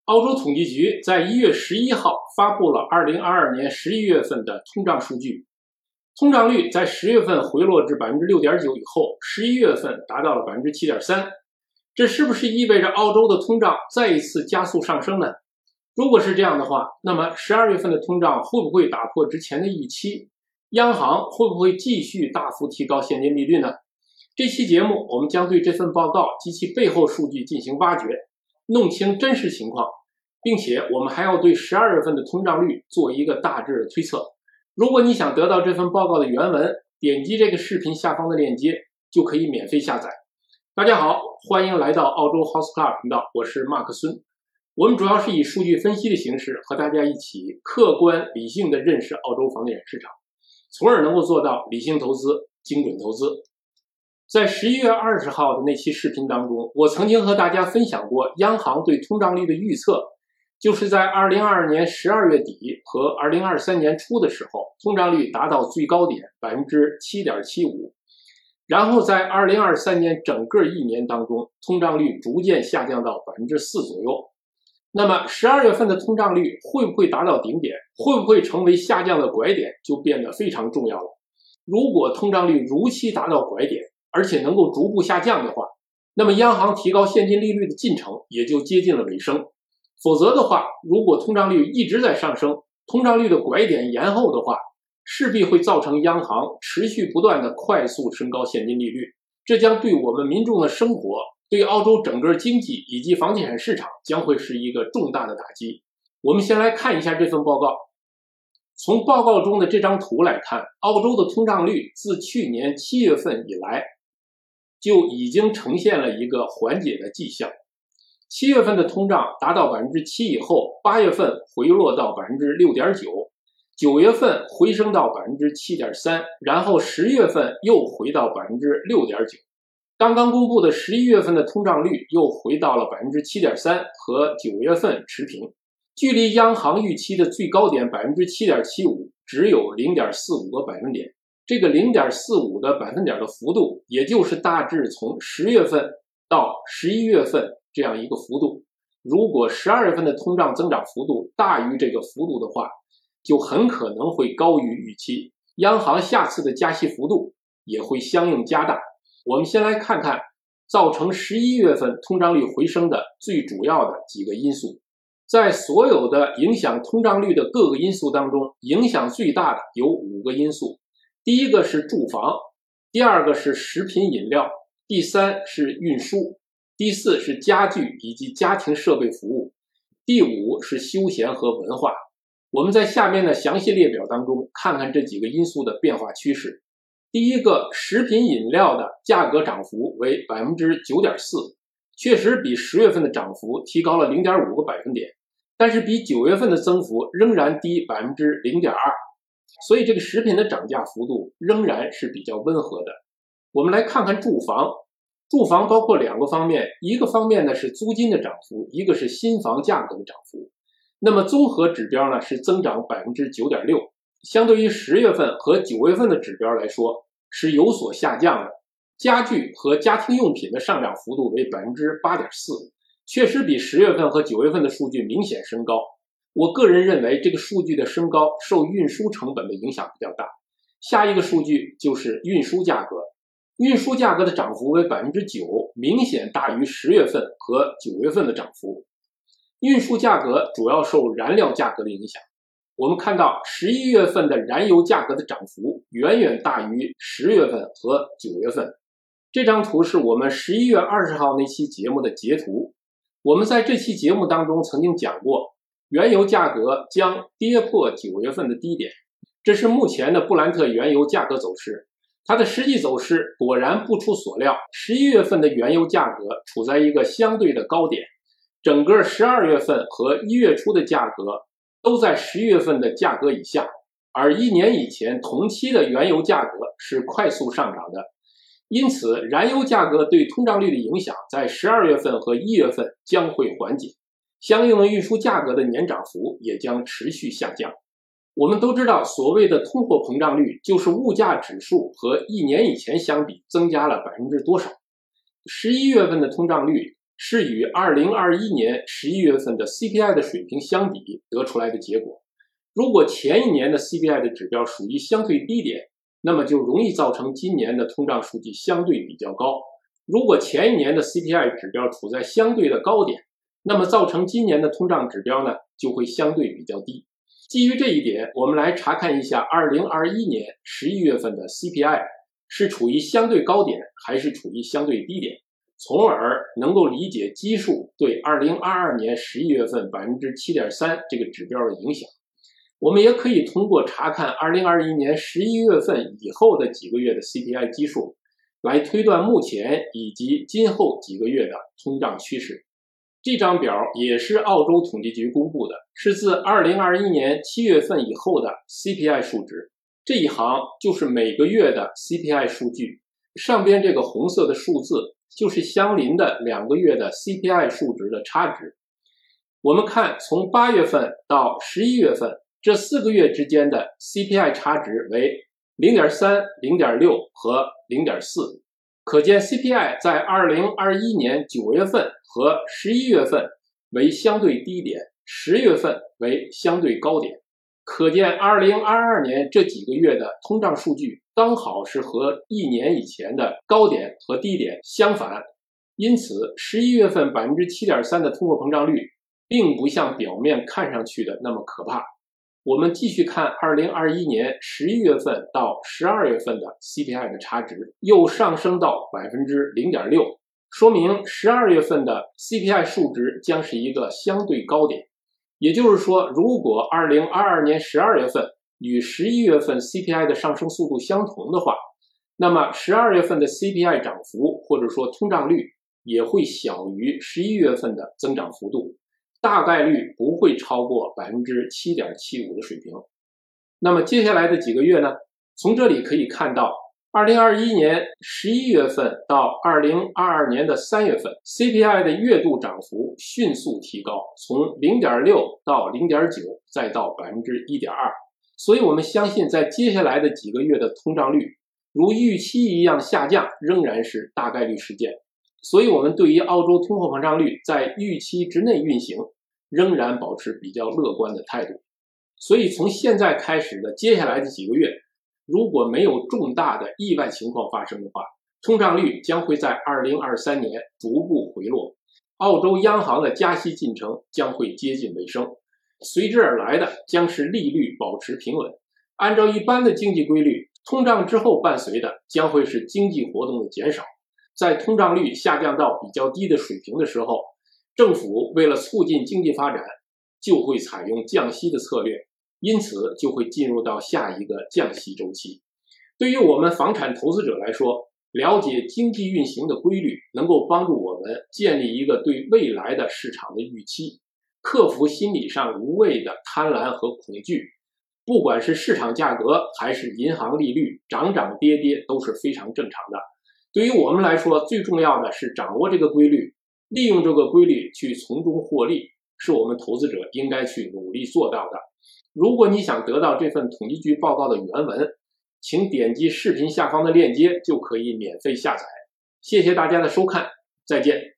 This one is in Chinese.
澳洲统计局在1月11号发布了2022年11月份的通胀数据，通胀率在10月份回落至 6.9% 以后，11月份达到了 7.3%。这是不是意味着澳洲的通胀再一次加速上升呢？如果是这样的话，那么12月份的通胀会不会打破之前的预期？央行会不会继续大幅提高现金利率呢？这期节目我们将对这份报告及其背后数据进行挖掘，弄清真实情况，并且我们还要对12月份的通胀率做一个大致的推测。如果你想得到这份报告的原文，点击这个视频下方的链接就可以免费下载。大家好，欢迎来到澳洲 House Club 频道，我是马克孙。我们主要是以数据分析的形式和大家一起客观理性的认识澳洲房地产市场，从而能够做到理性投资、精准投资。在11月20号的那期视频当中，我曾经和大家分享过央行对通胀率的预测，就是在2022年12月底和2023年初的时候，通胀率达到最高点 7.75%， 然后在2023年整个一年当中，通胀率逐渐下降到 4% 左右。那么12月份的通胀率会不会达到顶点，会不会成为下降的拐点，就变得非常重要了。如果通胀率如期达到拐点，而且能够逐步下降的话，那么央行提高现金利率的进程也就接近了尾声。否则的话，如果通胀率一直在上升，通胀率的拐点延后的话，势必会造成央行持续不断的快速升高现金利率，这将对我们民众的生活，对澳洲整个经济以及房地产市场将会是一个重大的打击。我们先来看一下这份报告。从报告中的这张图来看，澳洲的通胀率自去年7月份以来就已经呈现了一个缓解的迹象。7月份的通胀达到 7% 以后，8月份回落到 6.9%， 9月份回升到 7.3%， 然后10月份又回到 6.9%。刚刚公布的11月份的通胀率又回到了 7.3%， 和9月份持平，距离央行预期的最高点 7.75% 只有 0.45个百分点。这个 0.45的百分点的幅度，也就是大致从10月份到11月份这样一个幅度。如果12月份的通胀增长幅度大于这个幅度的话，就很可能会高于预期，央行下次的加息幅度也会相应加大。我们先来看看造成11月份通胀率回升的最主要的几个因素。在所有的影响通胀率的各个因素当中，影响最大的有5个因素。第一个是住房，第二个是食品饮料，第三是运输，第四是家具以及家庭设备服务，第五是休闲和文化。我们在下面的详细列表当中看看这几个因素的变化趋势。第一个，食品饮料的价格涨幅为 9.4%， 确实比10月份的涨幅提高了 0.5个百分点，但是比9月份的增幅仍然低 0.2%， 所以这个食品的涨价幅度仍然是比较温和的。我们来看看住房。住房包括2个方面，一个方面呢是租金的涨幅，一个是新房价格的涨幅。那么综合指标呢是增长 9.6%， 相对于10月份和9月份的指标来说是有所下降的。家具和家庭用品的上涨幅度为 8.4%， 确实比10月份和9月份的数据明显升高。我个人认为这个数据的升高受运输成本的影响比较大。下一个数据就是运输价格，运输价格的涨幅为 9%， 明显大于10月份和9月份的涨幅。运输价格主要受燃料价格的影响。我们看到11月份的燃油价格的涨幅远远大于10月份和9月份。这张图是我们11月20号那期节目的截图。我们在这期节目当中曾经讲过，原油价格将跌破9月份的低点，这是目前的布兰特原油价格走势。它的实际走势果然不出所料，11月份的原油价格处在一个相对的高点，整个12月份和1月初的价格都在11月份的价格以下，而1年以前同期的原油价格是快速上涨的。因此燃油价格对通胀率的影响在12月份和1月份将会缓解，相应的运输价格的年涨幅也将持续下降。我们都知道，所谓的通货膨胀率就是物价指数和1年以前相比增加了多少。11月份的通胀率是与2021年11月份的 CPI 的水平相比得出来的结果。如果前一年的 CPI 的指标属于相对低点，那么就容易造成今年的通胀数据相对比较高。如果前一年的 CPI 指标处在相对的高点，那么造成今年的通胀指标呢就会相对比较低。基于这一点，我们来查看一下2021年11月份的 CPI 是处于相对高点还是处于相对低点，从而能够理解基数对2022年11月份 7.3% 这个指标的影响。我们也可以通过查看2021年11月份以后的几个月的 CPI 基数，来推断目前以及今后几个月的通胀趋势。这张表也是澳洲统计局公布的，是自2021年7月份以后的 CPI 数值。这一行就是每个月的 CPI 数据，上边这个红色的数字就是相邻的2个月的 CPI 数值的差值。我们看从8月份到11月份这4个月之间的 CPI 差值为 0.3、0.6 和 0.4， 可见 CPI 在2021年9月份和11月份为相对低点，10月份为相对高点。可见2022年这几个月的通胀数据刚好是和1年以前的高点和低点相反，因此11月份 7.3% 的通货膨胀率并不像表面看上去的那么可怕。我们继续看2021年11月份到12月份的 CPI 的差值又上升到 0.6%， 说明12月份的 CPI 数值将是一个相对高点。也就是说，如果2022年12月份与11月份 CPI 的上升速度相同的话，那么12月份的 CPI 涨幅或者说通胀率也会小于11月份的增长幅度，大概率不会超过 7.75% 的水平。那么接下来的几个月呢？从这里可以看到2021年11月份到2022年的3月份 CPI 的月度涨幅迅速提高，从 0.6 到 0.9 再到 1.2%。 所以我们相信在接下来的几个月的通胀率如预期一样下降仍然是大概率事件。所以我们对于澳洲通货膨胀率在预期之内运行仍然保持比较乐观的态度。所以从现在开始的接下来的几个月，如果没有重大的意外情况发生的话，通胀率将会在2023年逐步回落，澳洲央行的加息进程将会接近尾声，随之而来的将是利率保持平稳。按照一般的经济规律，通胀之后伴随的将会是经济活动的减少。在通胀率下降到比较低的水平的时候，政府为了促进经济发展，就会采用降息的策略，因此就会进入到下一个降息周期。对于我们房产投资者来说，了解经济运行的规律，能够帮助我们建立一个对未来的市场的预期，克服心理上无谓的贪婪和恐惧。不管是市场价格还是银行利率，涨涨跌跌都是非常正常的。对于我们来说，最重要的是掌握这个规律，利用这个规律去从中获利，是我们投资者应该去努力做到的。如果你想得到这份统计局报告的原文，请点击视频下方的链接就可以免费下载。谢谢大家的收看，再见。